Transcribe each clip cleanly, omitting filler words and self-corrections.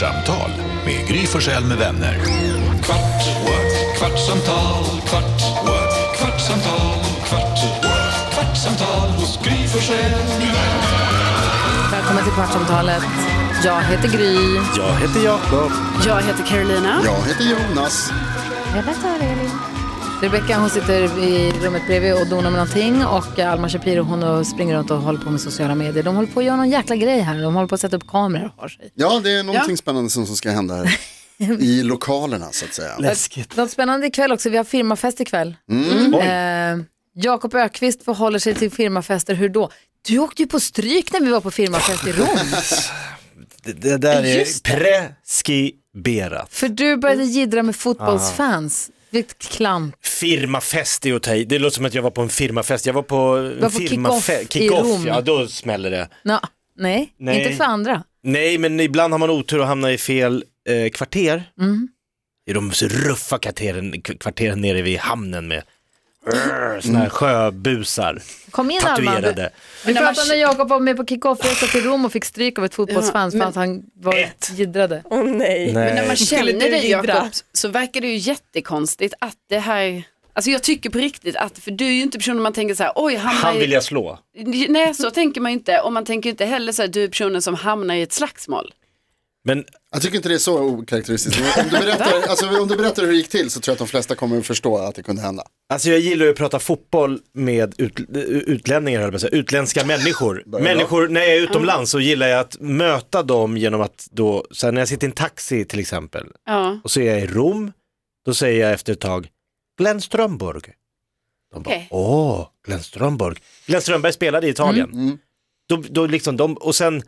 Kvartsamtal med Gry Forssell med vänner. Kvart, what? Kvartsamtal, kvart, what? Kvartsamtal, kvart, what? Kvartsamtal hos Gry Forssell med vänner. Välkommen till Kvartsamtalet. Jag heter Gry. Jag heter Jakob. Jag heter Carolina. Jag heter Jonas. Jag heter Elin. Rebecca, hon sitter i rummet bredvid och donar med någonting. Och Alma Shapiro, hon springer runt och håller på med sociala medier. De håller på att göra någon jäkla grej här. De håller på att sätta upp kameror och har sig. Ja, det är någonting spännande som ska hända här i lokalerna så att säga. Läskigt. Något spännande ikväll också. Vi har firmafest ikväll. Jakob Ökvist förhåller sig till firmafester. Hur då? Du åkte ju på stryk när vi var på firmafest i Rom. Det där är preskriberat. För du började jiddra med fotbollsfans. Vilket klamp. Firmafest är att ta i. Det låter som att jag var på en firmafest. Jag var på en kick-off i Rom. Ja, då smäller det. Nej, inte för andra. Nej, men ibland har man otur och hamnar i fel kvarter. I de ruffa kvarteren nere vid hamnen med såna här sjöbusar. Kom in, tatuerade. Alma. Vi pratade när Jakob var med på kick-off-resa till Rom och fick stryk av ett fotbollsfans för att han var jiddrade. Nej. Men när man känner dig, Jakob, så verkar det ju jättekonstigt att det här... Alltså jag tycker på riktigt att, för du är ju inte personen man tänker så här, oj, han vill jag slå. Nej, så tänker man inte. Och man tänker inte heller så här, du är personen som hamnar i ett slagsmål. Men jag tycker inte det är så okaraktäristiskt. Om du berättar hur det gick till så tror jag att de flesta kommer att förstå att det kunde hända. alltså jag gillar ju att prata fotboll med utlänningar, utländska människor. Människor, när jag är utomlands så gillar jag att möta dem genom att då, så här, när jag sitter i en taxi till exempel, och så är jag i Rom, då säger jag efter ett tag Glenn Strömberg. De bara, Glenn Strömberg. Glenn Strömberg spelade i Italien. Då liksom de, och sen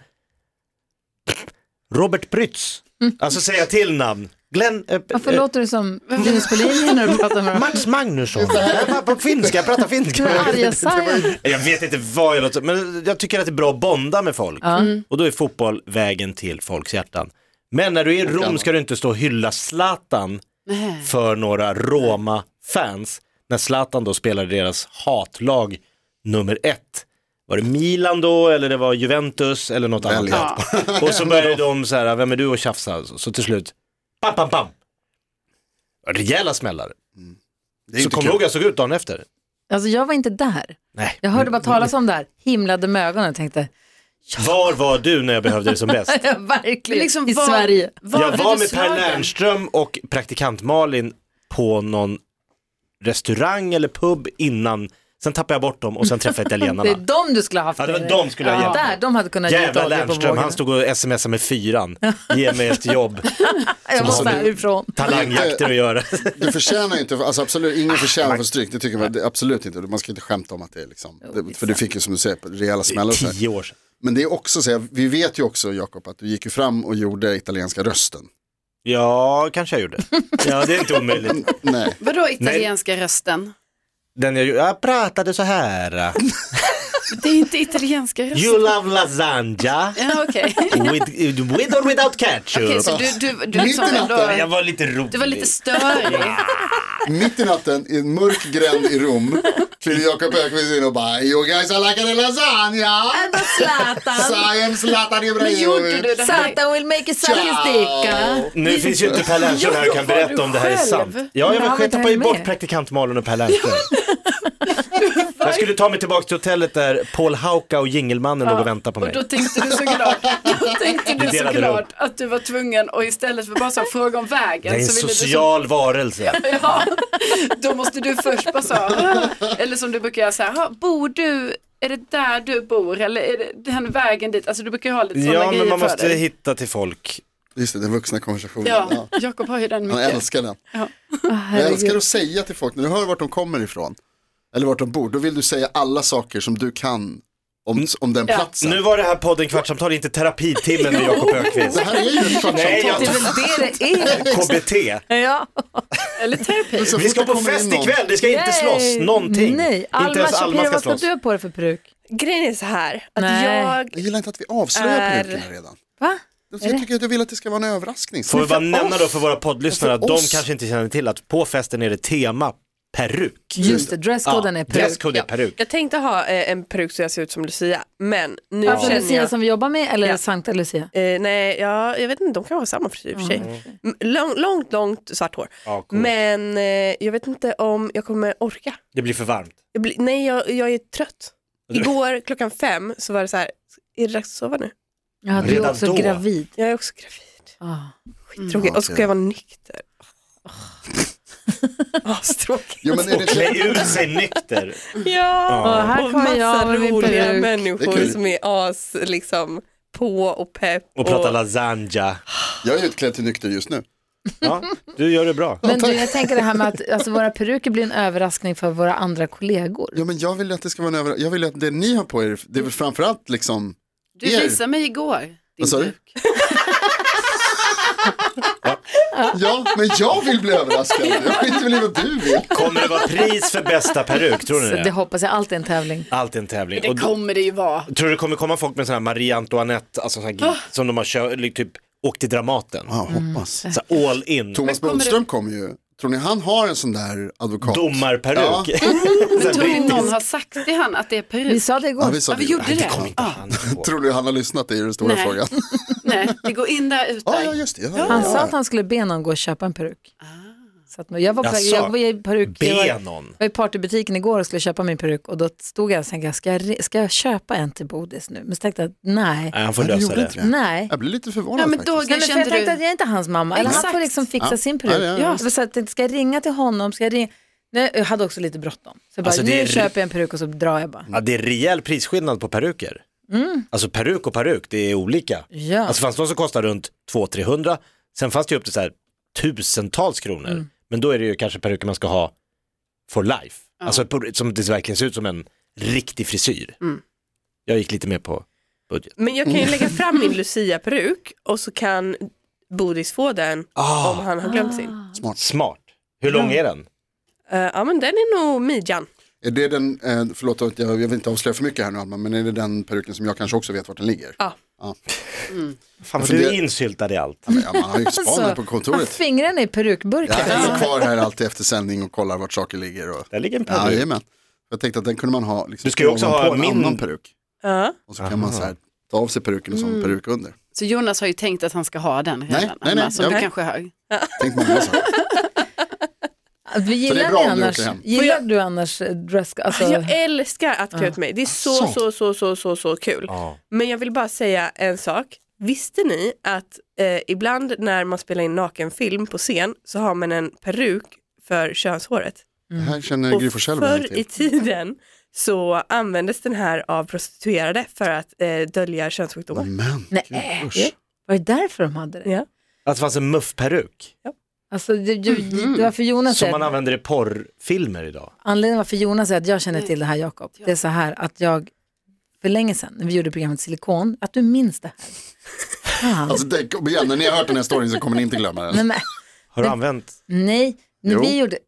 Robert Prytz. Alltså säga till namn. Glenn... Varför låter du som Linus på linjen när du pratar med dem? Max Magnusson. På finska, jag pratar finska. Jag vet inte vad jag låter, men jag tycker att det är bra att bonda med folk. Och då är fotboll vägen till folks hjärtan. Men när du är i Rom ska du inte stå och hylla Zlatan för några Roma-fans. När Zlatan då spelade deras hatlag nummer 1. Var det Milan då, eller det var Juventus eller något annat? Och så började de så här, vem är du och tjafsa? Så till slut, pam. Rejäla smällar. Så kommer jag ihåg jag såg ut dagen efter. Alltså jag var inte där. Nej. Jag hörde bara talas om det här. Himlade med ögonen och tänkte... Var var du när jag behövde det som bäst? Verkligen, liksom, i Sverige. Jag var med Per Lernström och praktikant Malin på någon restaurang eller pub innan. Sen tappade jag bort dem och sen träffade italienarna. Det är dem du skulle ha haft. Ja, det var de skulle ha hjälpt. Där, de hade kunnat jävla Lernström, han stod och smsade med 4. Ge mig ett jobb. Jag måste härifrån. Talangjakter att göra. Du förtjänar inte, alltså absolut, ingen förtjänar för stryk. Det tycker man absolut inte. Man ska inte skämta om att det är liksom, för du fick ju som du säger rejäla smällar. 10 år sedan. Men det är också så, vi vet ju också, Jakob, att du gick ju fram och gjorde italienska rösten. Ja, kanske jag gjorde. Ja, det är inte omöjligt. Nej. Vadå italienska rösten? Den jag pratade så här. Det är inte italienska rösten. You love lasagna. Ja, okej. With or without ketchup. Okej, så du liksom ändå... Jag var lite rolig. Du var lite störig. Mitt i natten, i en mörk gränd i Rom, kliver Jakob Ökvist in och bara, you guys are like a lasagna. And Zlatan. I am Zlatan Ibrahimovic. Zlatan will make a sticka. Nu finns ju inte Per Lernström här och kan berätta om det här är sant. Ja, jag tappade ju bort praktikant Malin och Per Lernström. Jag skulle ta mig tillbaka till hotellet där Paul Hauka och Jingelmannen låg och väntade på mig. Och då tänkte du så glad att du var tvungen, och istället för bara så fråga om vägen. Det är en så social varelse. Ja, då måste du först bara säga, eller som du brukar göra så här, bor du, är det där du bor eller är det den vägen dit? Alltså du brukar ha lite sådana grejer. Ja, men man måste dig. Hitta till folk. Just det, den vuxna konversationen. Ja, Jakob har ju den mycket. Han älskar den. Ja. Jag älskar att säga till folk, när du hör vart de kommer ifrån eller vart de bor, då vill du säga alla saker som du kan om den platsen. Nu var det här podden Kvartsamtal, inte terapitimmen med Jakob Ökvist. Det här är ju ett kvartsamtal. Det är väl det är. KBT. Ja. Eller terapi. Vi ska på fest ikväll, det ska inte slåss någonting. Nej, Alma Shapiro, vad ska du på det för peruk? Grejen är så här att jag gillar inte att vi avslöjar perukerna redan. Va? Jag tycker att jag vill att det ska vara en överraskning. Får vi bara nämna då för våra poddlyssnare att de kanske inte känner till att på festen är det tema peruk. Just det, dresskoden är peruk. Dresscode är peruk. Jag tänkte ha en peruk så jag ser ut som Lucia, men nu Alltså känner Lucia jag... som vi jobbar med eller Sankta Lucia? Nej, jag vet inte, de kan ha samma frisyr i och för sig. Långt svart hår. Ja, cool. Men jag vet inte om jag kommer orka. Det blir för varmt. Jag är trött. Igår klockan 5 så var det så här, är det dags att sova nu? Ja, du är också gravid. Jag är också gravid. Skittråkigt. Och så ska jag vara nykter. Stråkigt. Jo, men är det Klä ut sig nykter. Ja, här och kommer jag massa med min roliga peruk. människor som är liksom på och pepp. Och prata lasagne. Jag är utklädd till nykter just nu. Ja, du gör det bra. Men du, jag tänker det här med att alltså, våra peruker blir en överraskning för våra andra kollegor. Ja, men jag vill att det ska vara en jag vill att det ni har på er, det är väl framförallt liksom Du visade mig igår din Vad sa du? peruk. Ja, men jag vill bli överraskad. Jag vet inte vad du vill. Kommer det vara pris för bästa peruk, tror ni Så det det? hoppas jag, alltid en tävling. Alltid en tävling. Det kommer det ju vara. Tror du det kommer komma folk med sån här Marie Antoinette, alltså sån här, som de har kört, typ åkt till Dramaten? Ja, hoppas. Så här, all in. Thomas Bodström kommer ju. Tror ni han har en sån där advokat? Domarperuk. Ja. Men tror ni någon har sagt till han att det är peruk? Vi sa det igår. Ja, vi sa Ja, vi det. gjorde Nej, det. Kom inte han på. Tror du han har lyssnat? Det är den stora Nej. frågan. Nej, det går in där ut där. Ja, just det. Ja, Han ja. sa att han skulle be någon gå och köpa en peruk. Så att jag var på Jaså? jag var i peruk. Jag Be var någon. i partybutiken igår och skulle köpa min peruk och då stod jag och tänkte, ska jag köpa en till Bodis nu? Men så tänkte jag att nej. Nej, han får Ja, du lösa gjorde det. inte det. Nej. Jag blir lite förvånad Ja, men faktiskt. då Nej, men för kände jag tänkte du... att jag är inte hans mamma. Eller han Exakt. får liksom fixa Ja. sin peruk. Ja, ja. Så jag tänkte, ska jag ringa till honom? Ska jag ringa? Nej, jag hade också lite bråttom. Så jag bara, Alltså, det nu är- köper jag en peruk och så drar jag bara. Ja, det är rejäl prisskillnad på peruker. Alltså peruk och peruk, det är olika. Ja. Alltså fanns de som kostar runt 200-300, sen fanns det ju upp till så här tusentals kronor. Men då är det ju kanske peruker man ska ha for life. Alltså som det verkligen ser ut som en riktig frisyr. Jag gick lite mer på budget. Men jag kan ju lägga fram min Lucia-peruk och så kan Bodis få den om han har glömt sin. Smart. Hur lång är den? Ja, men den är nog midjan. Är det den, förlåt att jag vill inte avslöja för mycket här nu Alma, men är det den peruken som jag kanske också vet vart den ligger? Ja. Fan, Jag du är funderar- insyltad i allt. Ja, men, man har ju spaner på Har kontoret. fingrarna i perukburken. Jag är kvar här alltid efter sändning och kollar vart saker ligger. Och... Där ligger en Ja, peruk. jajamän. Jag tänkte att den kunde man ha liksom, Du ska ju också ovanpå ha en min- annan peruk. Ja. Och så kan man så här, ta av sig peruken och så en peruk under. Så Jonas har ju tänkt att han ska ha den redan. nej, nej, Som jag- du kanske hör. Tänk många saker. Vi Så det är gillar bra ni om du annars, åker hem. gillar du annars dress, alltså, Jag älskar att klä ut mig. Det är så kul. Ja. Men jag vill bara säga en sak. Visste ni att ibland när man spelar in nakenfilm på scen så har man en peruk för könshåret? Det här känner Gry Forssell väl förr till. i tiden så användes den här av prostituerade för att dölja könssjukdomar. Men, nej, gud, usch. var det därför de hade det? Ja. Att det fanns en muffperuk. Alltså, det var för Jonas Som säger, man använder i porrfilmer idag. anledningen varför Jonas säger att jag känner till det här, Jakob, det är så här att jag för länge sedan när vi gjorde programmet Silikon, att du minns det här. Fan. Alltså, det, kom igen, när ni har hört den här storyn så kommer ni inte glömma den. Nej, men, Har du använt? nej, när Jo. vi gjorde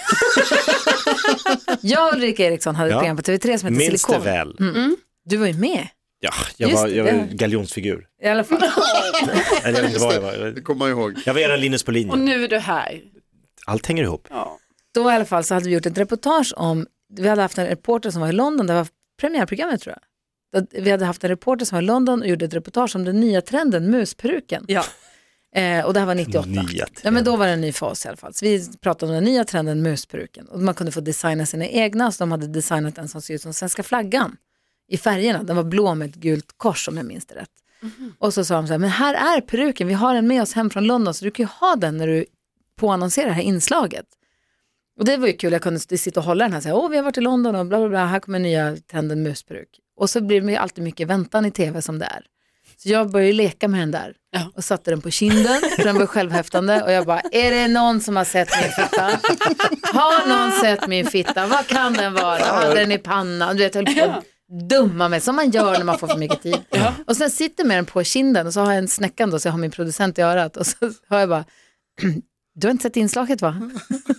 jag och Ulrika Eriksson hade ett Ja. program på TV3 som hette Minns det Silikon. väl? Du var ju med Ja, Just jag det, var det. galjonsfigur. i alla fall. Eller jag vet inte vad jag Det var. kommer man ihåg. Jag var era Linus på Och linjen. nu är du här. Allt hänger ihop. Ja. Då i alla fall så hade vi gjort ett reportage om, vi hade haft en reporter som var i London, det var premiärprogrammet tror jag. Vi hade haft en reporter som var i London och gjorde ett reportage om den nya trenden, musperuken. Ja. Och det här var 98. Nya Ja, trend. men då var det en ny fas i alla fall. Så vi pratade om den nya trenden, musperuken. Och man kunde få designa sina egna, så de hade designat en som ser ut som svenska flaggan i färgerna. Den var blå med ett gult kors om jag minns det rätt. Och så sa de så här, men här är peruken, vi har den med oss hem från London så du kan ju ha den när du påannonserar det här inslaget. Och det var ju kul, jag kunde sitta och hålla den här och säga, vi har varit i London och bla bla bla, här kommer nya trenden musperuk. Och så blir det ju alltid mycket väntan i tv som det är. Så jag började leka med den där och satte den på kinden, för den var självhäftande. Och jag bara, är det någon som har sett min fitta? Har någon sett min fitta? Vad kan den vara? Hade den i pannan? Du vet, jag höll på att dumma mig, som man gör när man får för mycket tid. Och sen sitter med den på kinden och så har jag en snäckan då, så jag har min producent i örat. Och så hör jag bara, du har inte sett inslaget va?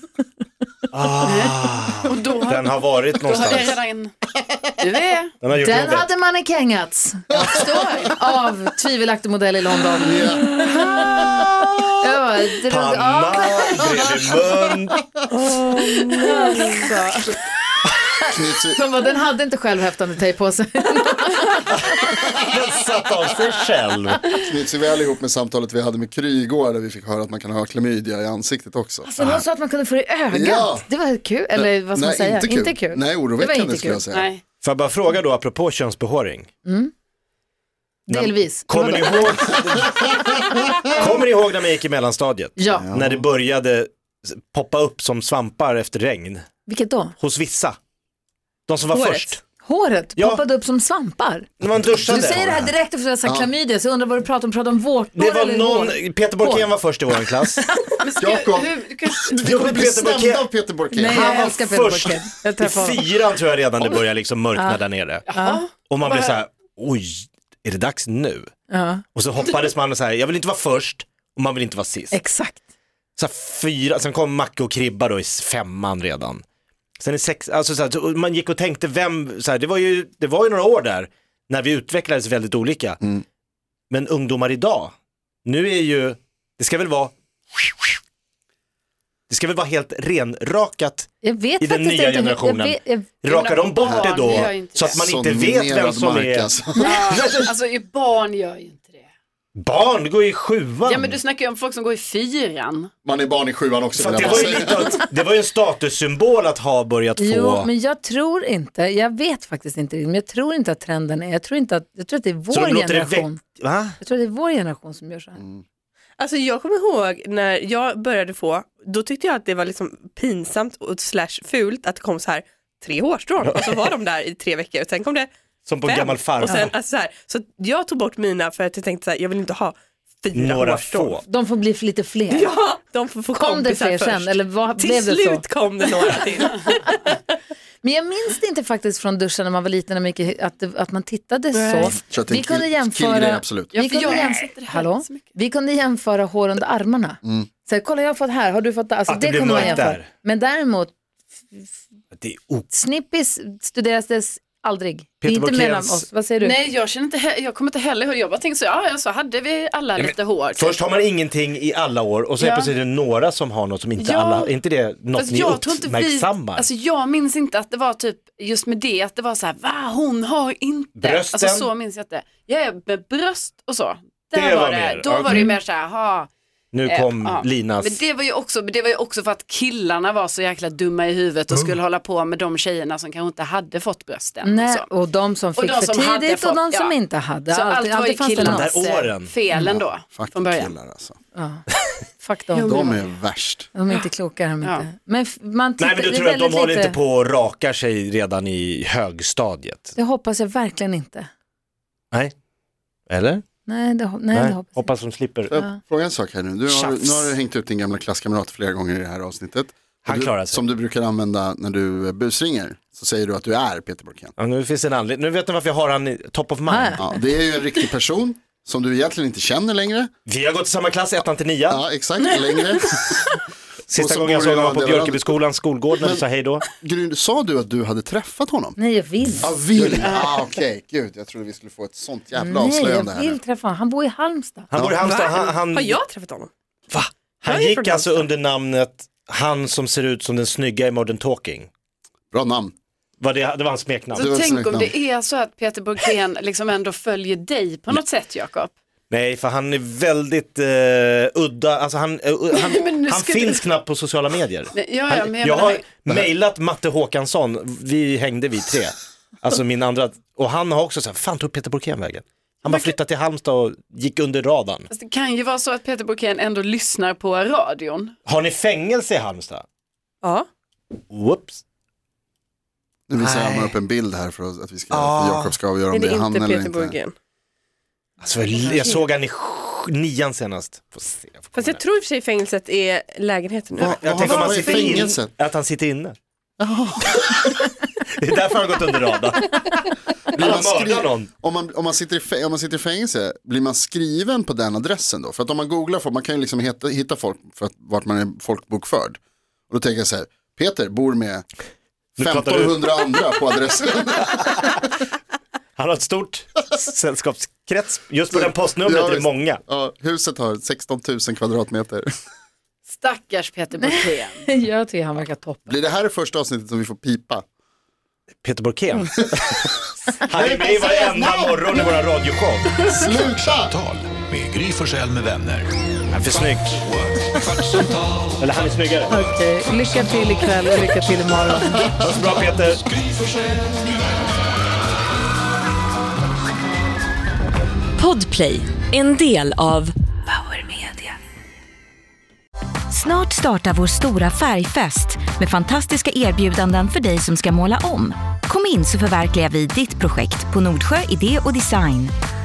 Och då Den har varit då har någonstans. det redan... Du är... Den har gjort Den jobbet. hade mannekängats av tvivelaktig modell i London. Jag bara, Panna, bredvid mun. Den hade inte självhäftande tejp på sig. Den satt av sig själv. Knyts vi väl ihop med samtalet vi hade med Kry igår där vi fick höra att man kan ha klamydia i ansiktet också. Alltså någon sa att man kunde få det i ögat. Ja. Det var kul, eller vad ska man säga? Inte kul. Nej, oroväckande skulle jag säga. Nej. Får jag bara fråga då apropå könsbehåring? Delvis. Kommer ni ihåg när man gick i mellanstadiet? Ja. När det började poppa upp som svampar efter regn? Vilket då? Hos vissa. De som var först. Håret poppade upp som svampar. När man duschade. Du säger det här direkt efter att jag sagt klamydia, så jag undrar vad du pratar om vårtor. Det var någon, Peter Borkén var först i vår klass. Jakob, Jo, Peter Borkén. Nej, jag älskar Peter Borkén. I 4:an tror jag redan det började liksom mörkna där nere. Och man blev så här, oj, är det dags nu? Och så hoppades man så här, jag vill inte vara först och man vill inte vara sist. Exakt. Så här 4, sen kom Macke och Kribba då i 5:an redan. Sen i 6, alltså så här, man gick och tänkte vem, så här, det var ju några år där när vi utvecklades väldigt olika. Men ungdomar idag, nu är ju, det ska väl vara helt renrakat i den nya generationen. Rakar de bort det då så att man inte vet vem som är... Alltså barn gör ju inte det. Barn går i 7:an. Ja, men du snackar ju om folk som går i 4:an. Man är barn i 7:an också. Det var ju en statussymbol att ha börjat få... Jo, men jag tror inte, jag vet faktiskt inte, men jag tror inte att trenden är, jag tror att det är vår generation. Va? Jag tror att det är vår generation som gör så här. Alltså jag kommer ihåg när jag började få, då tyckte jag att det var liksom pinsamt och / fult att det kom så här 3 hårstrån och så var de där i 3 veckor och sen kom det som på 5. gammal farfar. Och sen, alltså så jag tog bort mina för att jag tänkte så här, jag vill inte ha 4 hårstrån. Få. De får bli lite fler. Ja, de får få kom det fler först. sen, eller vad till blev det så? slut kom det några till. Men jag minns det inte faktiskt från duschen när man var liten att man tittade så. Vi kunde jämföra absolut. Vi kunde jämföra hår under armarna. Så kolla, jag har fått här, har du fått där? Alltså, det kunde man jämföra. Men däremot snippis studeras det aldrig. Peter inte Borkéns... mellan oss. Vad säger du? Nej, jag kommer inte heller ihåg. Jag bara tänkte så hade vi alla lite hår. Först har man ingenting i alla år och så är precis det några som har något som inte alla, är inte det något ni uppmärksammar? Alltså jag minns inte att det var typ just med det, att det var så här, va, hon har inte. Brösten. Alltså så minns jag inte. Jag är med bröst och så. Det var mer. Då var det ju mer så här, nu kom Linas. Men det var ju också för att killarna var så jäkla dumma i huvudet och skulle hålla på med de tjejerna som kanske inte hade fått brösten. Nej, och de som fick för tidigt och de som inte hade. Så allt var ju killarnas felen då. Från början. Killar alltså. Fuck dem. De är värst. De är inte kloka. Men man nej, men du tror att de håller inte på att raka sig redan i högstadiet? Det hoppas jag verkligen inte. Nej. Eller? Nej, det hoppas hoppas de slipper. Fråga en sak här nu. Nu har du hängt ut din gamla klasskamrat flera gånger i det här avsnittet. Han klarar sig. Som du brukar använda när du busringer. Så säger du att du är Peter Borkén. Ja, nu finns en anledning. Nu vet ni varför jag har han i top of mind. Ja, det är ju en riktig person som du egentligen inte känner längre. Vi har gått i samma klass 1-9. Ja, exakt. Längre. Sista gången jag såg honom på Björkebyskolans skolgård när vi sa hej då. Sa du att du hade träffat honom? Nej, jag vill. Ja, vill. Okej. Gud, jag trodde vi skulle få ett sånt jävla avslöjande här. Nej, jag vill träffa honom. Han bor i Halmstad. Har jag träffat honom? Va? Han gick alltså under namnet han som ser ut som den snygga i Modern Talking. Bra namn. Det var hans smeknamn. Så tänk om det är så att Peter Borkén liksom ändå följer dig på något sätt, Jakob. Nej, för han är väldigt udda. Alltså han finns knappt på sociala medier. Jag har mejlat Matte Håkansson. Vi hängde 3. Alltså min andra. Och han har också sagt, fan tog Peter Borkén vägen? Han bara flyttade till Halmstad och gick under radarn. Alltså, det kan ju vara så att Peter Borkén ändå lyssnar på radion. Har ni fängelse i Halmstad? Ja. Whoops. Nu visar jag upp en bild här för att vi ska, Jakob ska avgöra om det är han eller inte. Peter Borkén. Alltså, jag såg han i 9 senast. Fast jag tror i och för sig fängelset är lägenheten nu. Jag tänker att han sitter inne. Det är därför han har gått under radarn. Om man sitter i fängelse, blir man skriven på den adressen då? För att om man googlar folk, man kan ju liksom hitta folk för att, vart man är folkbokförd. Och då tänker jag så här, Peter bor med 1500 andra på adressen. Han har ett stort sällskapskrets. Just på den postnumret är det många. Ja, huset har 16 000 kvadratmeter. Stackars Peter Borkén. Jag tycker han verkar toppen. Blir det här det första avsnittet som vi får pipa? Peter Borkén. Han är med varenda morgon i våra radioshow. Sluta! Kvartsamtal med Gry Forssell med vänner. Han är för snygg. Kvartsamtal, Eller han är snyggare. Okej, lycka till ikväll och lycka till imorgon. Ha så bra Peter. Gry Forssell med vänner. Podplay, en del av Power Media. Snart startar vår stora färgfest med fantastiska erbjudanden för dig som ska måla om. Kom in så förverkligar vi ditt projekt på Nordsjö Idé och Design.